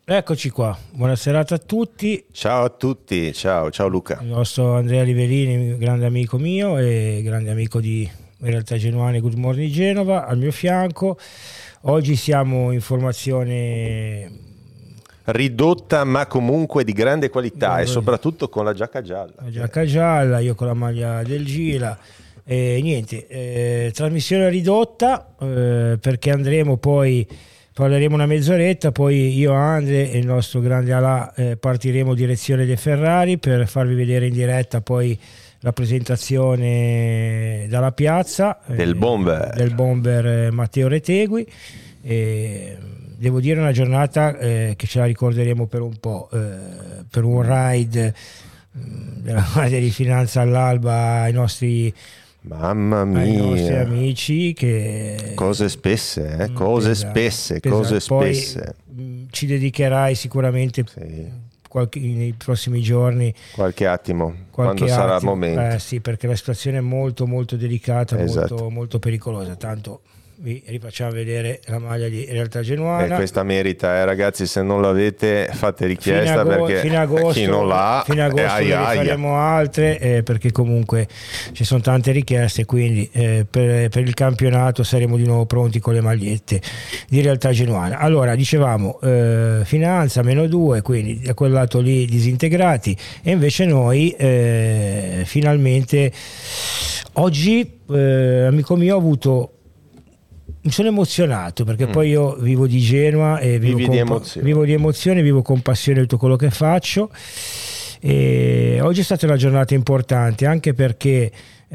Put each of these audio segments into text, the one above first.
Eccoci qua, buona serata a tutti. Ciao a tutti, ciao Luca. Il nostro Andrea Livellini, grande amico mio e grande amico di Realtà Genuane Good Morning Genova, al mio fianco. Oggi siamo in formazione ridotta ma comunque di grande qualità e soprattutto con la giacca gialla. La giacca gialla, io con la maglia del Gila. Niente, trasmissione ridotta perché andremo poi... Parleremo una mezz'oretta, poi io, Andre e il nostro grande Alà partiremo direzione dei Ferrari per farvi vedere in diretta poi la presentazione dalla piazza del bomber Matteo Retegui. Devo dire una giornata che ce la ricorderemo per un po', per un ride della Guardia di Finanza all'alba ai nostri... Mamma mia, ai nostri amici che cose spesse, cose spesse. Poi ci dedicherai sicuramente nei prossimi giorni qualche attimo quando sarà il momento. Sì, perché la situazione è molto molto delicata, esatto. molto molto pericolosa. Tanto vi rifacciamo vedere la maglia di Realtà Genuana. Questa merita, ragazzi, se non l'avete fate richiesta perché fino agosto, chi non l'ha fino a agosto ne faremo altre perché comunque ci sono tante richieste, quindi per il campionato saremo di nuovo pronti con le magliette di Realtà Genuana. Allora, dicevamo finanza -2, quindi da quel lato lì disintegrati, e invece noi finalmente oggi, amico mio, mi sono emozionato perché poi io vivo di Genova e vivo di emozione, vivo con passione tutto quello che faccio, e oggi è stata una giornata importante anche perché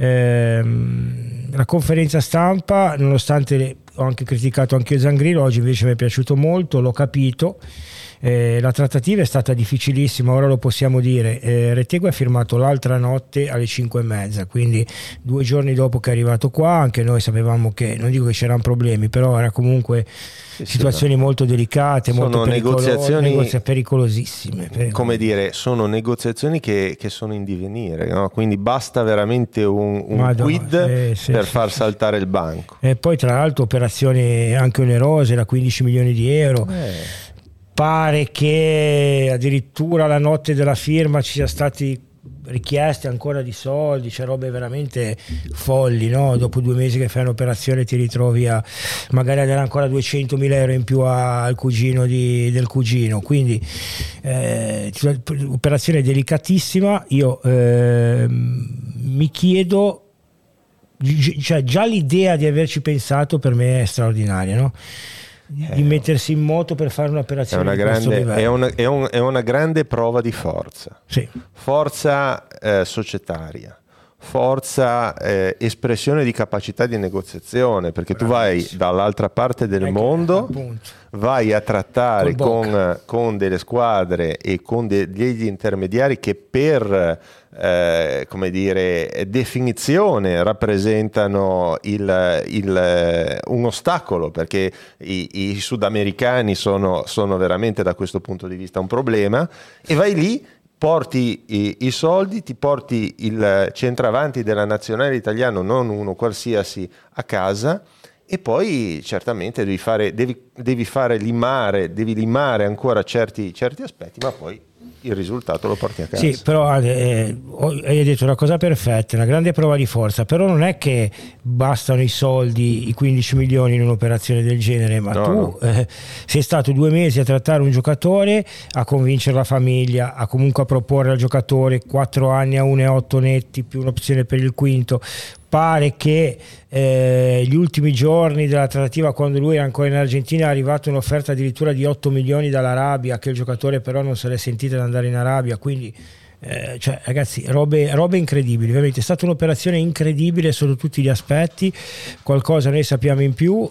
la conferenza stampa, nonostante ho anche criticato anche Zangrillo, oggi invece mi è piaciuto molto, l'ho capito. La trattativa è stata difficilissima, ora lo possiamo dire. Retegui ha firmato l'altra notte alle 5:30, quindi 2 giorni dopo che è arrivato qua. Anche noi sapevamo che, non dico che c'erano problemi, però era comunque situazioni molto delicate, molto pericolosissime. Come dire, sono negoziazioni che sono in divenire, no? Quindi basta veramente un quid per far saltare il banco. E poi tra l'altro operazioni anche onerose da 15 milioni di euro. Pare che addirittura la notte della firma ci sia stati richieste ancora di soldi, c'è robe veramente folli, no? Dopo 2 mesi che fai un'operazione ti ritrovi magari a dare ancora 200.000 euro in più al cugino del cugino, quindi operazione delicatissima. Io mi chiedo, cioè già l'idea di averci pensato per me è straordinaria, no? Di mettersi in moto per fare un'operazione di questo livello. È una grande prova di forza, sì. Forza societaria, forza espressione di capacità di negoziazione, perché tu vai dall'altra parte del mondo, vai a trattare con delle squadre e con degli intermediari che per come dire, definizione rappresentano un ostacolo, perché i sudamericani sono veramente da questo punto di vista un problema, e vai lì, porti i soldi, ti porti il centravanti della nazionale italiano, non uno qualsiasi, a casa, e poi certamente devi limare ancora certi aspetti, ma poi il risultato lo porti a casa. Sì, però hai detto una cosa perfetta, una grande prova di forza, però non è che bastano i soldi, i 15 milioni in un'operazione del genere, ma tu sei stato 2 mesi a trattare un giocatore, a convincere la famiglia, a comunque a proporre al giocatore 4 anni a 1,8 netti più un'opzione per il quinto. Pare che gli ultimi giorni della trattativa, quando lui era ancora in Argentina, è arrivata un'offerta addirittura di 8 milioni dall'Arabia, che il giocatore però non se l'è sentita di andare in Arabia, quindi cioè ragazzi, robe incredibili, veramente è stata un'operazione incredibile sotto tutti gli aspetti. Qualcosa noi sappiamo in più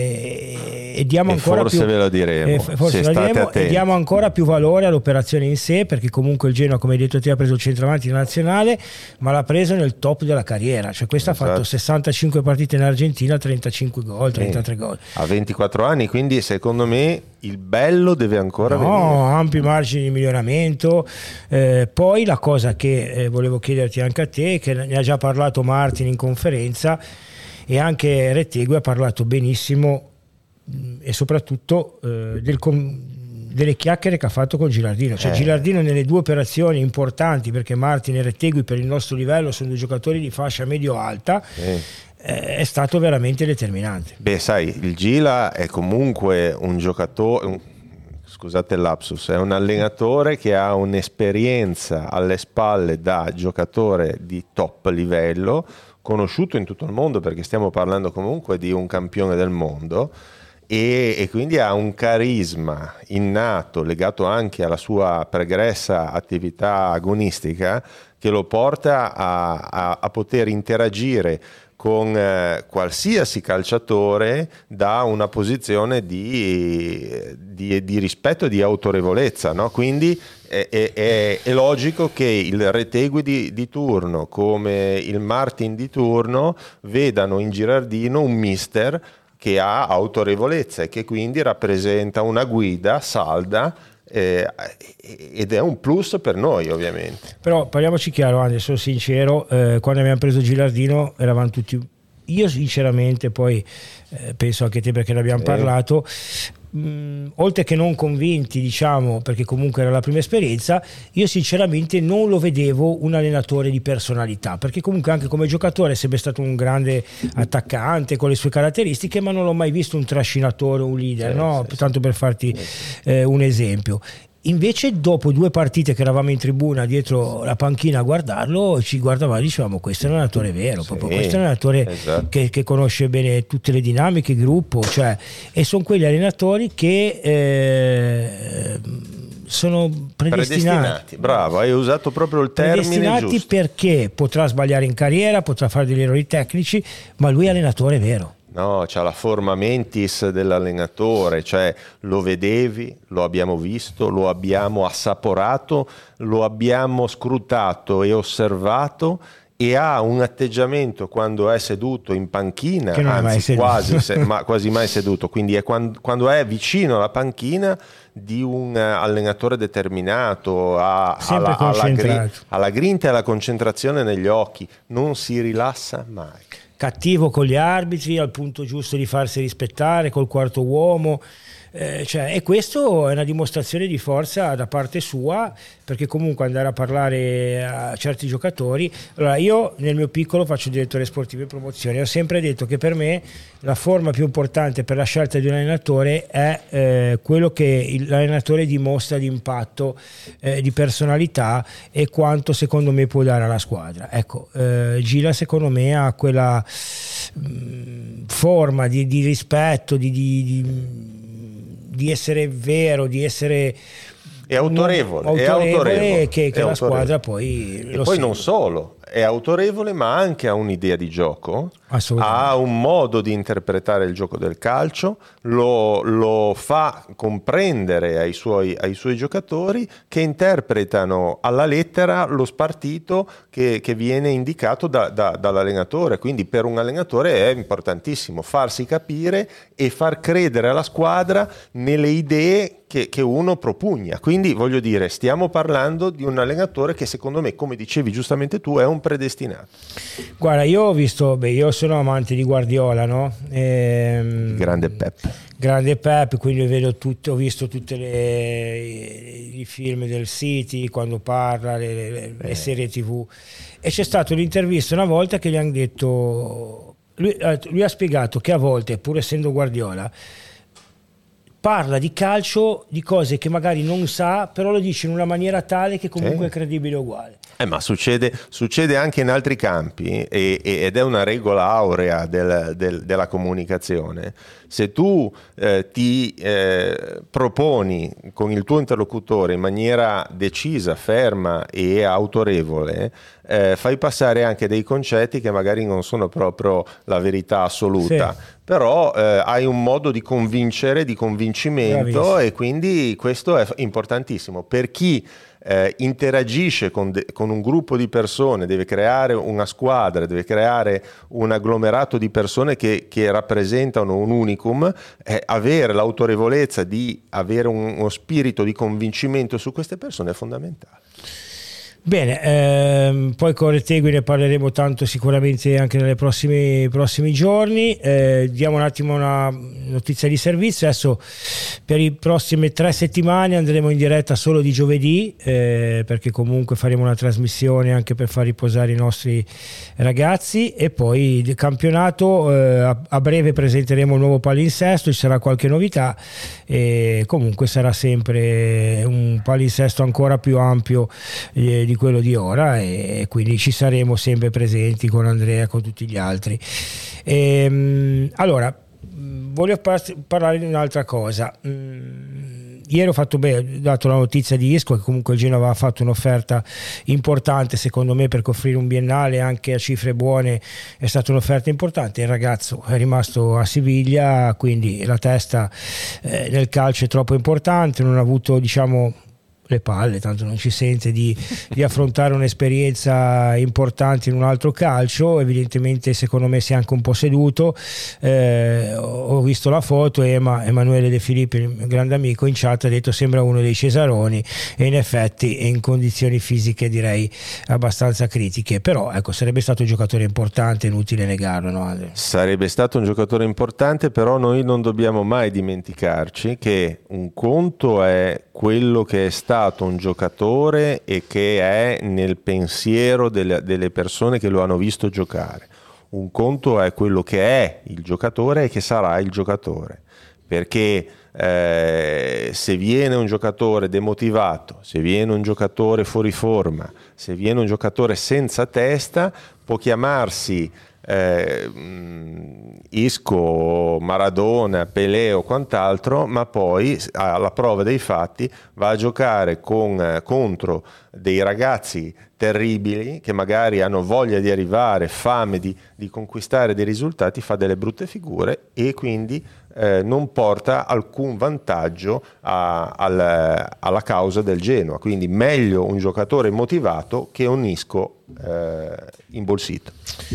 e diamo ancora forse più, ve lo diremo, e diamo ancora più valore all'operazione in sé, perché comunque il Genoa, come hai detto te, ha preso il centravanti nazionale, ma l'ha preso nel top della carriera, cioè questo ha fatto 65 partite in Argentina, 35 gol, 33 gol a 24 anni, quindi secondo me il bello deve ancora venire. Ampi margini di miglioramento. Poi la cosa che volevo chiederti anche a te, che ne ha già parlato Martin in conferenza e anche Retegui ha parlato benissimo, e soprattutto delle chiacchiere che ha fatto con Gilardino. Cioè Gilardino nelle 2 operazioni importanti, perché Martin e Rettegui per il nostro livello sono 2 giocatori di fascia medio-alta, è stato veramente determinante. Beh, sai, il Gila è comunque un giocatore, scusate il lapsus, è un allenatore che ha un'esperienza alle spalle da giocatore di top livello, conosciuto in tutto il mondo, perché stiamo parlando comunque di un campione del mondo, e quindi ha un carisma innato legato anche alla sua pregressa attività agonistica che lo porta a poter interagire con qualsiasi calciatore da una posizione di rispetto e di autorevolezza, no? Quindi è logico che il Rettegui di turno come il Martin di turno vedano in Girardino un mister che ha autorevolezza e che quindi rappresenta una guida salda, ed è un plus per noi, ovviamente. Però parliamoci chiaro, Andy, sono sincero, quando abbiamo preso Gilardino eravamo tutti, io sinceramente, poi penso anche te perché ne abbiamo parlato, oltre che non convinti, diciamo, perché comunque era la prima esperienza, io sinceramente non lo vedevo un allenatore di personalità, perché comunque anche come giocatore è sempre stato un grande attaccante con le sue caratteristiche, ma non l'ho mai visto un trascinatore, un leader, no? Tanto per farti un esempio. Invece dopo 2 partite che eravamo in tribuna dietro la panchina a guardarlo, ci guardavamo e dicevamo questo è un allenatore vero, proprio questo è un allenatore che conosce bene tutte le dinamiche, il gruppo, cioè, e sono quegli allenatori che sono predestinati. Bravo, hai usato proprio il termine predestinati giusto. Perché potrà sbagliare in carriera, potrà fare degli errori tecnici, ma lui è allenatore vero. No, c'ha la forma mentis dell'allenatore, cioè lo vedevi, lo abbiamo visto, lo abbiamo assaporato, lo abbiamo scrutato e osservato, e ha un atteggiamento quando è seduto in panchina, anzi quasi mai seduto, quindi è quando è vicino alla panchina di un allenatore determinato, alla grinta e alla concentrazione negli occhi, non si rilassa mai. Cattivo con gli arbitri al punto giusto di farsi rispettare col quarto uomo, e questo è una dimostrazione di forza da parte sua, perché comunque andare a parlare a certi giocatori. Allora, io nel mio piccolo faccio direttore sportivo e promozione, ho sempre detto che per me la forma più importante per la scelta di un allenatore è quello che l'allenatore dimostra di impatto, di personalità, e quanto secondo me può dare alla squadra. Ecco, Gila secondo me ha quella forma di rispetto, di essere vero, di essere è autorevole che la squadra poi lo poi non solo è autorevole, ma anche ha un'idea di gioco, ha un modo di interpretare il gioco del calcio, lo fa comprendere ai suoi giocatori, che interpretano alla lettera lo spartito che viene indicato dall'allenatore. Quindi per un allenatore è importantissimo farsi capire e far credere alla squadra nelle idee che uno propugna. Quindi voglio dire, stiamo parlando di un allenatore che secondo me, come dicevi giustamente tu, è un predestinato. Guarda, io ho visto, io sono amante di Guardiola, no? Grande Pep, quindi ho visto tutti i film del City quando parla, le serie TV, e c'è stata un'intervista una volta che gli hanno detto, lui ha spiegato che a volte, pur essendo Guardiola, parla di calcio, di cose che magari non sa, però lo dice in una maniera tale che comunque è credibile uguale. Ma succede anche in altri campi, ed è una regola aurea della comunicazione. Se tu ti proponi con il tuo interlocutore in maniera decisa, ferma e autorevole, fai passare anche dei concetti che magari non sono proprio la verità assoluta, però hai un modo di convincere, di convincimento. Bravissimo. E quindi questo è importantissimo per chi interagisce con un gruppo di persone, deve creare una squadra, deve creare un agglomerato di persone che rappresentano un unicum. Avere l'autorevolezza di avere uno spirito di convincimento su queste persone è fondamentale. Bene, poi con Retegui ne parleremo tanto sicuramente anche nei prossimi giorni. Diamo un attimo una notizia di servizio. Adesso per le prossime 3 settimane andremo in diretta solo di giovedì, perché comunque faremo una trasmissione anche per far riposare i nostri ragazzi, e poi il campionato a breve presenteremo un nuovo palinsesto, ci sarà qualche novità, e comunque sarà sempre un palinsesto ancora più ampio di quello di ora, e quindi ci saremo sempre presenti con Andrea e con tutti gli altri. Allora, voglio parlare di un'altra cosa. Ieri ho dato la notizia di Isco, che comunque il Genoa aveva fatto un'offerta importante secondo me, per offrire un biennale anche a cifre buone. È stata un'offerta importante, il ragazzo è rimasto a Siviglia, quindi la testa nel calcio è troppo importante, non ha avuto, diciamo, le palle, tanto non ci sente di affrontare un'esperienza importante in un altro calcio. Evidentemente secondo me si è anche un po' seduto. Ho visto la foto e Emanuele De Filippi, il grande amico, in chat ha detto sembra uno dei Cesaroni, e in effetti è in condizioni fisiche direi abbastanza critiche, però ecco, sarebbe stato un giocatore importante, inutile negarlo, no, Andrea? Sarebbe stato un giocatore importante, però noi non dobbiamo mai dimenticarci che un conto è quello che è stato un giocatore e che è nel pensiero delle persone che lo hanno visto giocare. Un conto è quello che è il giocatore e che sarà il giocatore, perché se viene un giocatore demotivato, se viene un giocatore fuori forma, se viene un giocatore senza testa, può chiamarsi Isco, Maradona, Pelé o quant'altro, ma poi alla prova dei fatti va a giocare contro dei ragazzi terribili che magari hanno voglia di arrivare, fame di conquistare dei risultati, fa delle brutte figure e quindi non porta alcun vantaggio alla causa del Genoa. Quindi meglio un giocatore motivato che un Isco imbolsito.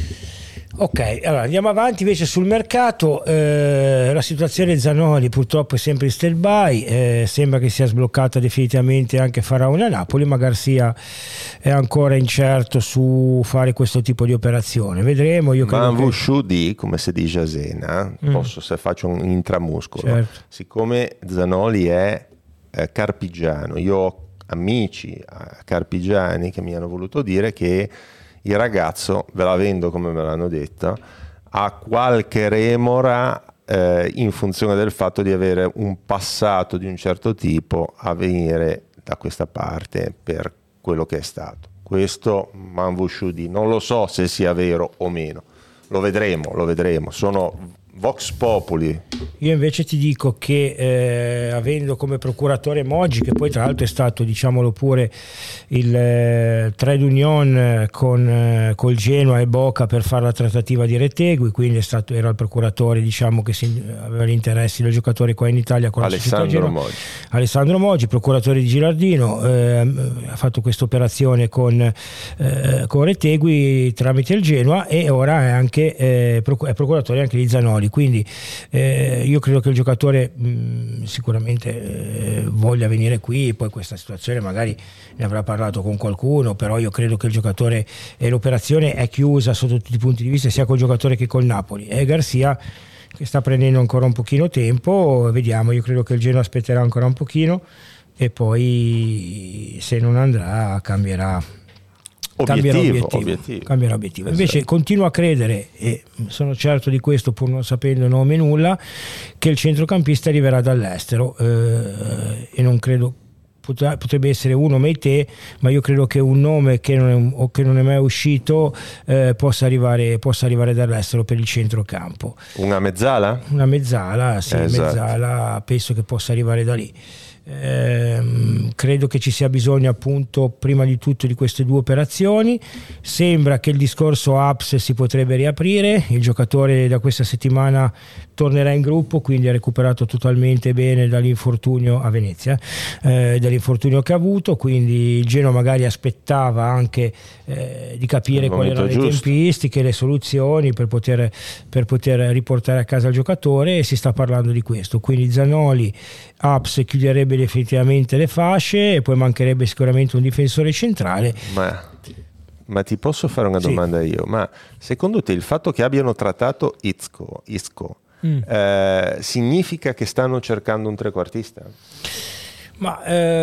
Ok, allora andiamo avanti invece sul mercato. La situazione Zanoli purtroppo è sempre in stand-by, sembra che sia sbloccata definitivamente anche Faraone a Napoli, ma Garcia è ancora incerto su fare questo tipo di operazione, vedremo. Io credo che... come si dice a Zena, posso, se faccio un intramuscolo, certo. Siccome Zanoli è carpigiano, io ho amici carpigiani che mi hanno voluto dire che il ragazzo, ve la vendo come me l'hanno detto, ha qualche remora in funzione del fatto di avere un passato di un certo tipo a venire da questa parte per quello che è stato. Questo Manvushudi, non lo so se sia vero o meno, lo vedremo, sono Vox Populi. Io invece ti dico che avendo come procuratore Moggi, che poi tra l'altro è stato, diciamolo pure, il trade union col Genoa e Boca per fare la trattativa di Retegui, quindi era il procuratore, diciamo, che aveva gli interessi del giocatore qua in Italia con Alessandro Moggi, procuratore di Gilardino, ha fatto questa operazione con Retegui tramite il Genoa, e ora è anche è procuratore anche di Zanoli. Quindi io credo che il giocatore sicuramente voglia venire qui. Poi questa situazione magari ne avrà parlato con qualcuno, però io credo che il giocatore e l'operazione è chiusa sotto tutti i punti di vista, sia col giocatore che col Napoli. E Garcia, che sta prendendo ancora un pochino tempo, vediamo. Io credo che il Genoa aspetterà ancora un pochino e poi se non andrà cambierà obiettivo. Invece continuo a credere, e sono certo di questo pur non sapendo nome nulla, che il centrocampista arriverà dall'estero, e non credo, potrebbe essere uno Meite, ma io credo che un nome che non è mai uscito possa arrivare dall'estero per il centrocampo. Una mezzala, sì, mezzala, penso che possa arrivare da lì. Credo che ci sia bisogno appunto prima di tutto di queste due operazioni. Sembra che il discorso APS si potrebbe riaprire, il giocatore da questa settimana tornerà in gruppo, quindi ha recuperato totalmente bene dall'infortunio a Venezia, dall'infortunio che ha avuto, quindi il Genoa magari aspettava anche di capire quali erano le tempistiche, le soluzioni per poter riportare a casa il giocatore, e si sta parlando di questo. Quindi Zanoli, APS chiuderebbe cambia definitivamente le fasce, e poi mancherebbe sicuramente un difensore centrale. Ma ti posso fare una domanda io? Ma secondo te il fatto che abbiano trattato Isco significa che stanno cercando un trequartista? Ma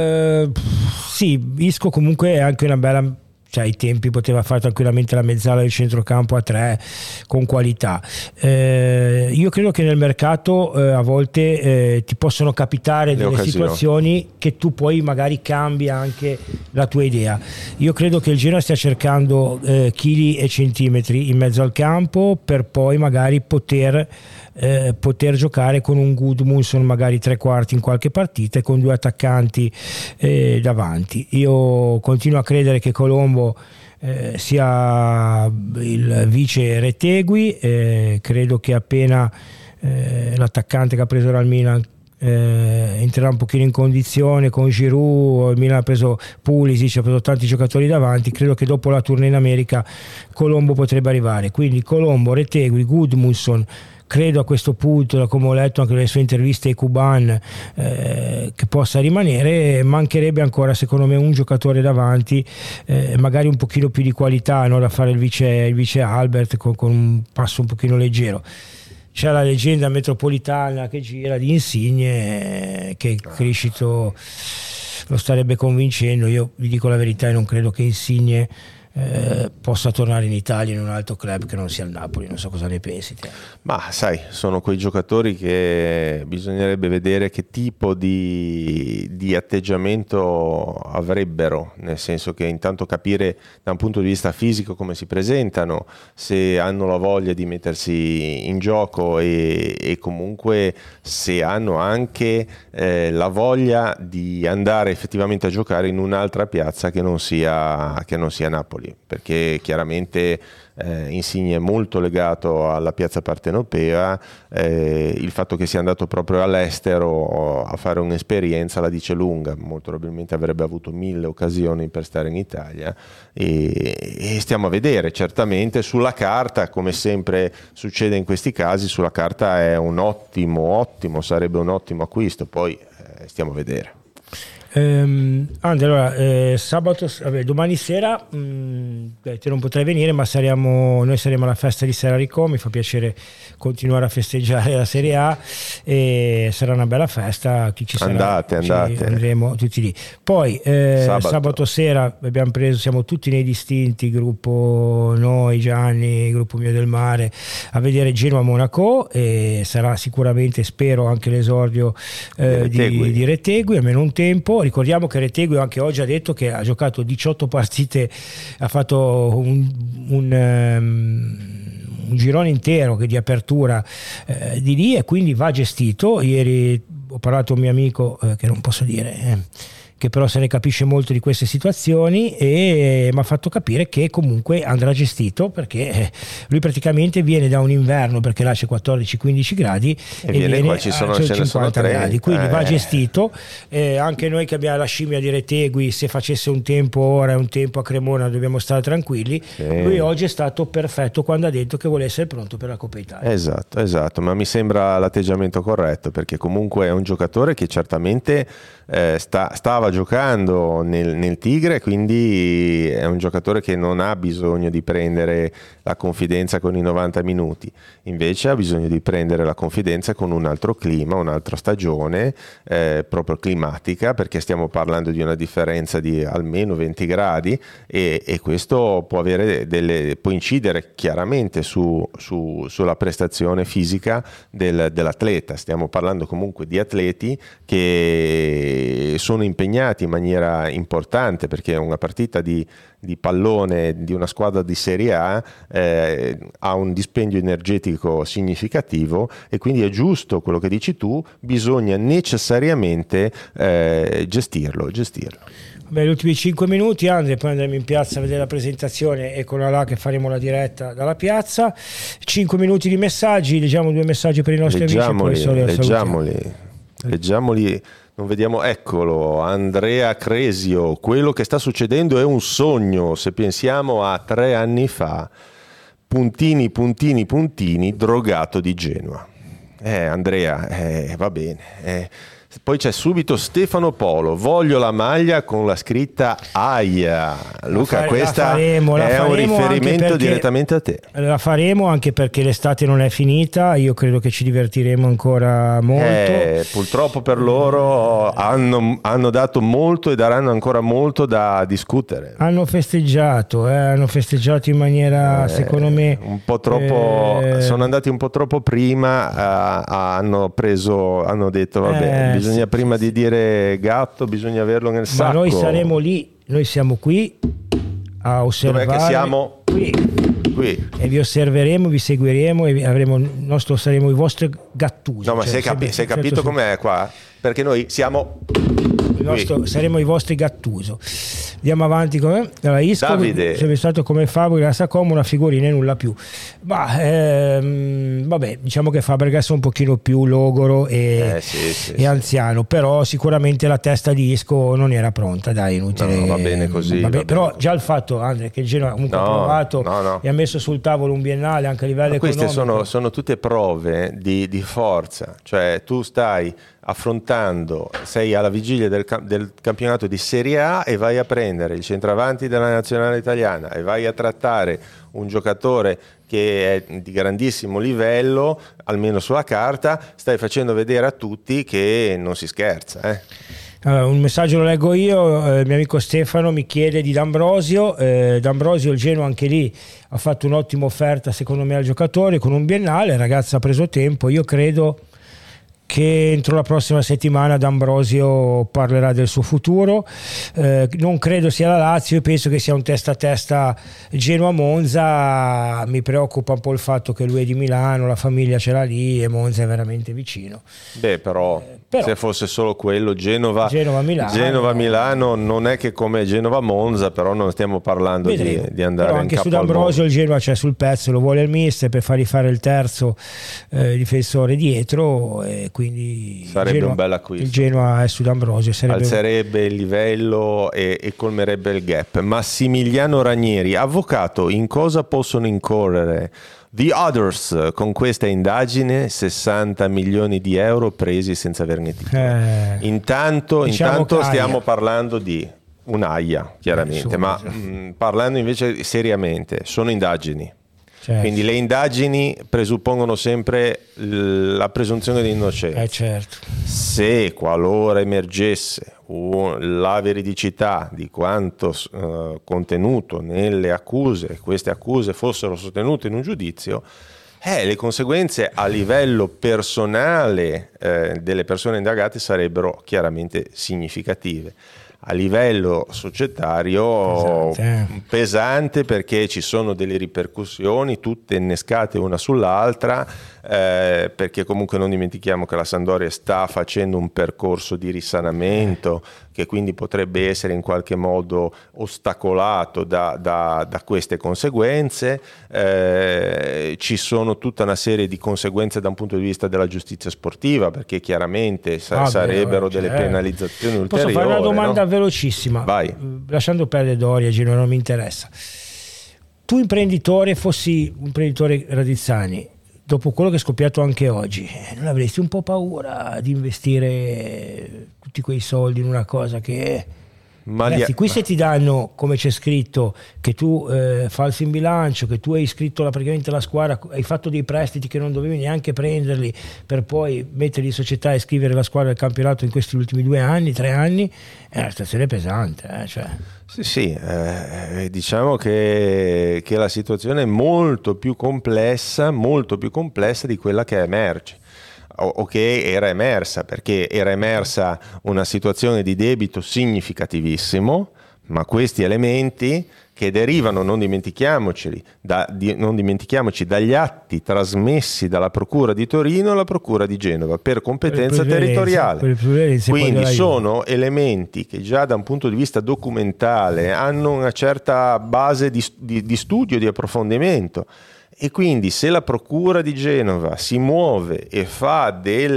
sì, Isco comunque è anche una bella, cioè ai tempi poteva fare tranquillamente la mezzala del centrocampo a 3 con qualità. Io credo che nel mercato a volte ti possono capitare delle situazioni che tu poi magari cambi anche la tua idea. Io credo che il Genoa stia cercando chili e centimetri in mezzo al campo per poi magari poter giocare con un Gudmundsson magari tre quarti in qualche partita e con 2 attaccanti davanti. Io continuo a credere che Colombo sia il vice Retegui, credo che appena l'attaccante che ha preso dal Milan entrerà un pochino in condizione con Giroud, il Milan ha preso Pulisic, ha preso tanti giocatori davanti, credo che dopo la tournée in America Colombo potrebbe arrivare, quindi Colombo, Retegui, Gudmundsson. Credo a questo punto, da come ho letto anche nelle sue interviste ai Cuban, che possa rimanere. Mancherebbe ancora secondo me un giocatore davanti, magari un pochino più di qualità, no? Da fare il vice Albert con un passo un pochino leggero. C'è la leggenda metropolitana che gira di Insigne, che Criscito lo starebbe convincendo. Io vi dico la verità e non credo che Insigne possa tornare in Italia in un altro club che non sia il Napoli. Non so cosa ne pensi te. Ma sai, sono quei giocatori che bisognerebbe vedere che tipo di atteggiamento avrebbero, nel senso che intanto capire da un punto di vista fisico come si presentano, se hanno la voglia di mettersi in gioco e comunque se hanno anche la voglia di andare effettivamente a giocare in un'altra piazza che non sia Napoli, perché chiaramente Insigne è molto legato alla piazza partenopea, il fatto che sia andato proprio all'estero a fare un'esperienza la dice lunga, molto probabilmente avrebbe avuto 1000 occasioni per stare in Italia e stiamo a vedere. Certamente sulla carta, come sempre succede in questi casi, sulla carta è un sarebbe un ottimo acquisto, poi stiamo a vedere. Allora, sabato, domani sera te non potrai venire, ma noi saremo alla festa di Serrarico. Mi fa piacere continuare a festeggiare la Serie A e sarà una bella festa. Chi ci sarà, andate. Andremo tutti lì. Poi sabato sera siamo tutti nei distinti, gruppo noi, Gianni, gruppo Mio del Mare, a vedere Genoa-Monaco, e sarà sicuramente, spero, anche l'esordio di Retegui, almeno un tempo. Ricordiamo che Retegui anche oggi ha detto che ha giocato 18 partite, ha fatto un girone intero di apertura di lì, e quindi va gestito. Ieri ho parlato a un mio amico che non posso dire, che però se ne capisce molto di queste situazioni, e mi ha fatto capire che comunque andrà gestito, perché lui praticamente viene da un inverno, perché là c'è 14-15 gradi e viene qua ci sono 50 gradi, quindi va gestito. Anche noi che abbiamo la scimmia di Retegui, se facesse un tempo ora e un tempo a Cremona dobbiamo stare tranquilli. Lui oggi è stato perfetto quando ha detto che vuole essere pronto per la Coppa Italia. Esatto, ma mi sembra l'atteggiamento corretto, perché comunque è un giocatore che certamente stava giocando nel Tigre, quindi è un giocatore che non ha bisogno di prendere la confidenza con i 90 minuti, invece ha bisogno di prendere la confidenza con un altro clima, un'altra stagione proprio climatica, perché stiamo parlando di una differenza di almeno 20 gradi e questo può incidere chiaramente sulla prestazione fisica dell'atleta. Stiamo parlando comunque di atleti che sono impegnati in maniera importante, perché una partita di pallone di una squadra di Serie A ha un dispendio energetico significativo, e quindi è giusto quello che dici tu, bisogna necessariamente gestirlo. Gli ultimi 5 minuti, Andre, poi andremo in piazza a vedere la presentazione, eccola là che faremo la diretta dalla piazza. 5 minuti di messaggi, leggiamo 2 messaggi per i nostri amici e poi leggiamoli. Non vediamo, eccolo, Andrea Cresio: quello che sta succedendo è un sogno, se pensiamo a 3 anni fa, puntini, drogato di Genoa. Andrea, va bene, Poi c'è subito Stefano Polo, voglio la maglia con la scritta AIA. Luca, questa è un riferimento direttamente a te. La faremo anche perché l'estate non è finita, io credo che ci divertiremo ancora molto. Purtroppo per loro hanno dato molto e daranno ancora molto da discutere. Hanno festeggiato in maniera, secondo me, un po' troppo, sono andati un po' troppo prima, hanno detto vabbè, bisogna prima di dire gatto, bisogna averlo nel sacco. Ma noi saremo lì, noi siamo qui a osservare. Dov'è che siamo? Qui. E vi osserveremo, vi seguiremo e saremo i vostri gattusi. No, ma sei capito com'è qua? Perché noi siamo saremo i vostri gattuso. Andiamo avanti con Isco. Davide, sei stato come Fabregas a Como, una figurina e nulla più. Ma vabbè, diciamo che Fabregas è un pochino più logoro e anziano, però sicuramente la testa di Isco non era pronta, dai, inutile. No, va bene così. Però già il fatto, Andre, che il Genoa comunque ha provato e ha messo sul tavolo un biennale anche a livello economico. Queste sono tutte prove di forza, cioè tu stai affrontando, sei alla vigilia del campionato di Serie A e vai a prendere il centravanti della nazionale italiana e vai a trattare un giocatore che è di grandissimo livello, almeno sulla carta, stai facendo vedere a tutti che non si scherza. Un messaggio lo leggo io, il mio amico Stefano mi chiede di D'Ambrosio. D'Ambrosio, il Genoa anche lì ha fatto un'ottima offerta secondo me al giocatore con un biennale, il ragazzo ha preso tempo, io credo che entro la prossima settimana D'Ambrosio parlerà del suo futuro. Non credo sia la Lazio, io penso che sia un testa a testa Genoa-Monza. Mi preoccupa un po' il fatto che lui è di Milano, la famiglia ce l'ha lì e Monza è veramente vicino. Però se fosse solo quello, Genova-Milano non è che come Genova-Monza, però non stiamo parlando di andare però anche in capo su D'Ambrosio il Genoa c'è sul pezzo, lo vuole il mister per fargli fare il terzo difensore dietro, e quindi sarebbe un bel acquisto. Il Genoa è su D'Ambrosio, alzerebbe il livello e colmerebbe il gap. Massimiliano Ranieri, avvocato, in cosa possono incorrere The Others con questa indagine? 60 milioni di euro presi senza averne titolo. Intanto stiamo parlando di un'AIA, chiaramente, ma parlando invece seriamente, sono indagini. Certo. Quindi le indagini presuppongono sempre la presunzione di innocenza. Certo. Se qualora emergesse la veridicità di quanto contenuto nelle accuse, e queste accuse fossero sostenute in un giudizio, le conseguenze a livello personale delle persone indagate sarebbero chiaramente significative. A livello societario pesante, perché ci sono delle ripercussioni tutte innescate una sull'altra, perché comunque non dimentichiamo che la Sampdoria sta facendo un percorso di risanamento che quindi potrebbe essere in qualche modo ostacolato da queste conseguenze. Ci sono tutta una serie di conseguenze da un punto di vista della giustizia sportiva, perché chiaramente sarebbero delle penalizzazioni ulteriori. Posso fare una domanda velocissima? Vai. Lasciando perdere Doria, Gino, non mi interessa. Tu imprenditore, fossi un imprenditore Radizzani, dopo quello che è scoppiato anche oggi, non avresti un po' paura di investire tutti quei soldi in una cosa che... Ragazzi, qui se ti danno, come c'è scritto, che tu falsi in bilancio, che tu hai iscritto praticamente la squadra, hai fatto dei prestiti che non dovevi neanche prenderli per poi metterli in società e iscrivere la squadra del campionato in questi ultimi 2 anni, 3 anni, è una situazione pesante. Sì, diciamo che la situazione è molto più complessa di quella che emerge o che era emersa, perché era emersa una situazione di debito significativissimo, ma questi elementi che derivano, non dimentichiamoci, dagli atti trasmessi dalla Procura di Torino alla Procura di Genova per competenza territoriale. Quindi sono elementi che già da un punto di vista documentale hanno una certa base di studio, di approfondimento. E quindi se la Procura di Genova si muove e fa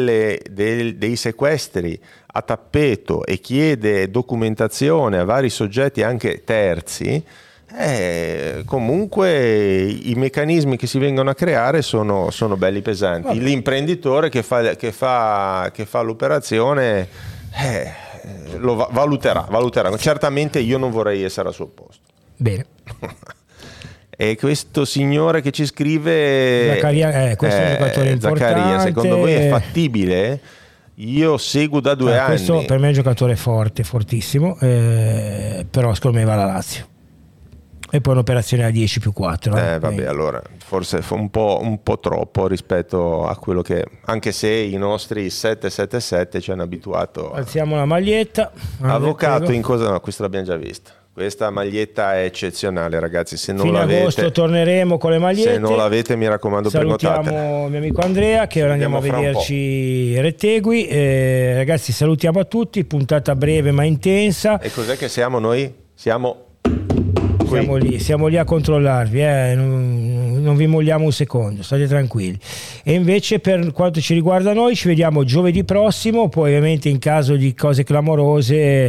dei sequestri a tappeto e chiede documentazione a vari soggetti anche terzi, comunque i meccanismi che si vengono a creare sono belli pesanti. Vabbè. L'imprenditore che fa l'operazione lo valuterà. Certamente io non vorrei essere al suo posto. Bene. E questo signore che ci scrive, questo è un giocatore importante. Zaccaria, secondo voi è fattibile? Io seguo da 2 anni. Questo per me è un giocatore forte, fortissimo, però secondo me va alla Lazio. E poi un'operazione a 10+4. Vabbè, allora forse un po' troppo rispetto a quello che, anche se i nostri 777 ci hanno abituato. Alziamo la maglietta. Avvocato in cosa? No, questo l'abbiamo già visto. Questa maglietta è eccezionale, ragazzi. Se non fino l'avete, agosto torneremo con le magliette. Se non l'avete, mi raccomando, prenotate. Salutiamo mio amico Andrea, che ora andiamo a vederci Rettegui. Ragazzi, salutiamo a tutti. Puntata breve ma intensa. E cos'è che siamo noi? Siamo lì a controllarvi, non vi molliamo un secondo, state tranquilli. E invece per quanto ci riguarda noi ci vediamo giovedì prossimo, poi ovviamente in caso di cose clamorose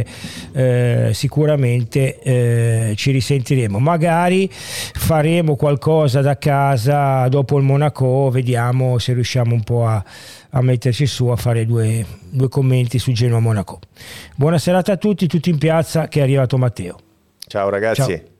sicuramente ci risentiremo, magari faremo qualcosa da casa dopo il Monaco, vediamo se riusciamo un po' a metterci su, a fare due commenti su Genoa Monaco. Buona serata a tutti in piazza, che è arrivato Matteo. Ciao ragazzi. Ciao.